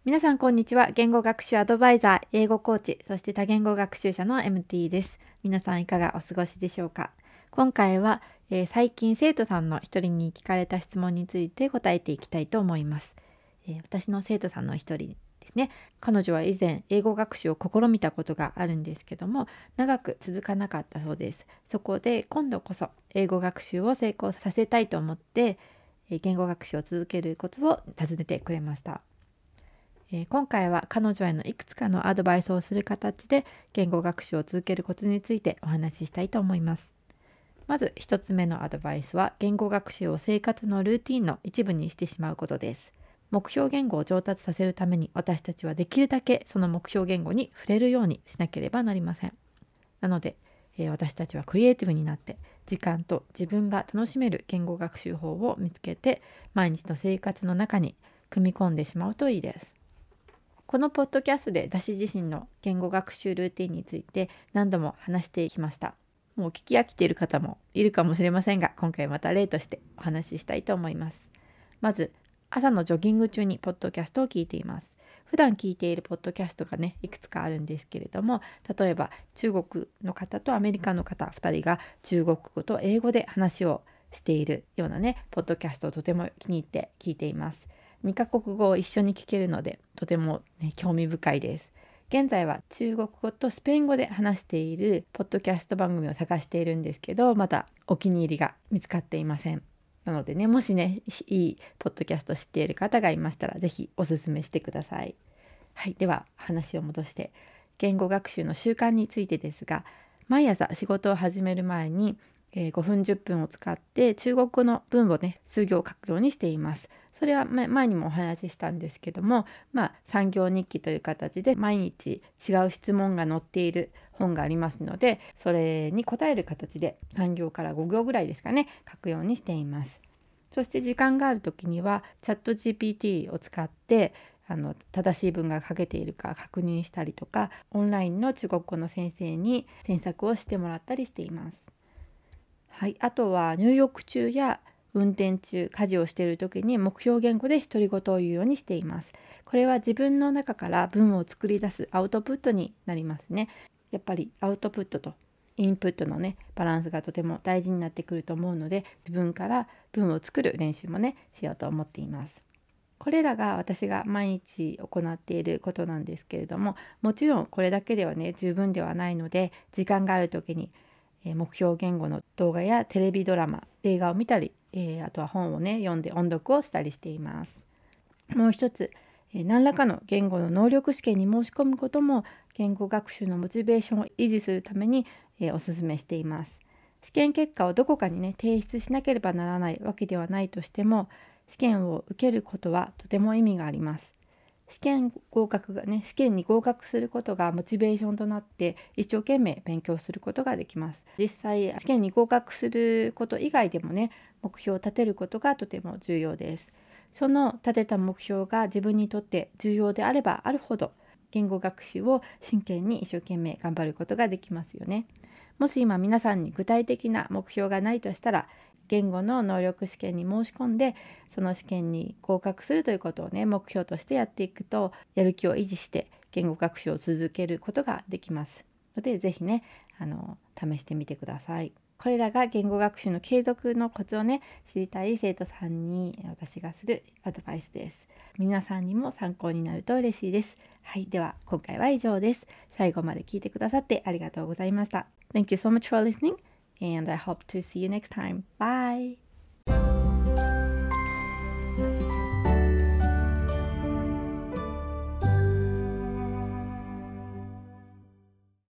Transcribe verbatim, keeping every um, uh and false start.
皆さんこんにちは。言語学習アドバイザー、英語コーチ、そして多言語学習者の エムティー です。皆さんいかがお過ごしでしょうか。今回は、えー、最近生徒さんの一人に聞かれた質問について答えていきたいと思います。えー、私の生徒さんの一人ですね。彼女は以前英語学習を試みたことがあるんですけども、長く続かなかったそうです。そこで今度こそ英語学習を成功させたいと思って、えー、言語学習を続けるコツを尋ねてくれました。えー、今回は彼女へのいくつかのアドバイスをする形で言語学習を続けるコツについてお話ししたいと思います。まずひとつめのアドバイスは、言語学習を生活のルーティンの一部にしてしまうことです。目標言語を上達させるために、私たちはできるだけその目標言語に触れるようにしなければなりません。なので、えー、私たちはクリエイティブになって、時間と自分が楽しめる言語学習法を見つけて、毎日の生活の中に組み込んでしまうといいです。このポッドキャストで私自身の言語学習ルーティンについて何度も話してきました。もう聞き飽きている方もいるかもしれませんが、今回また例としてお話ししたいと思います。まず、朝のジョギング中にポッドキャストを聞いています。普段聞いているポッドキャストがね、いくつかあるんですけれども、例えば中国の方とアメリカの方ふたりが中国語と英語で話をしているようなね、ポッドキャストをとても気に入って聞いています。にカ国語を一緒に聞けるので、とても、ね、興味深いです。現在は中国語とスペイン語で話しているポッドキャスト番組を探しているんですけど、まだお気に入りが見つかっていません。なのでね、もしね、いいポッドキャスト知っている方がいましたら、ぜひおすすめしてください。はい、では話を戻して、言語学習の習慣についてですが、毎朝仕事を始める前に、えー、ごふんじゅっぷんを使って中国語の文をね、数行書くようにしています。それは前にもお話ししたんですけども、まあ、産業日記という形で毎日違う質問が載っている本がありますので、それに答える形でさん行からご行ぐらいですかね、書くようにしています。そして時間がある時にはチャット ジーピーティー を使ってあの正しい文が書けているか確認したりとか、オンラインの中国語の先生に添削をしてもらったりしています。はい、あとは入浴中や運転中、家事をしている時に目標言語で独り言を言うようにしています。これは自分の中から文を作り出すアウトプットになりますね。やっぱりアウトプットとインプットのね、バランスがとても大事になってくると思うので、自分から文を作る練習もね、しようと思っています。これらが私が毎日行っていることなんですけれども、もちろんこれだけではね、十分ではないので、時間がある時に目標言語の動画やテレビドラマ、映画を見たり、えー、あとは本をね読んで音読をしたりしています。もう一つ、えー、何らかの言語の能力試験に申し込むことも言語学習のモチベーションを維持するために、えー、お勧めしています。試験結果をどこかにね提出しなければならないわけではないとしても、試験を受けることはとても意味があります。試験合格がね、試験に合格することがモチベーションとなって一生懸命勉強することができます。実際試験に合格すること以外でもね、目標を立てることがとても重要です。その立てた目標が自分にとって重要であればあるほど、言語学習を真剣に一生懸命頑張ることができますよね。もし今皆さんに具体的な目標がないとしたら、言語の能力試験に申し込んで、その試験に合格するということをね目標としてやっていくと、やる気を維持して言語学習を続けることができますので、ぜひねあの試してみてください。これらが言語学習の継続のコツをね知りたい生徒さんに私がするアドバイスです。皆さんにも参考になると嬉しいです。はい、では今回は以上です。最後まで聞いてくださってありがとうございました。Thank you so much for listening and I hope to see you next time. Bye!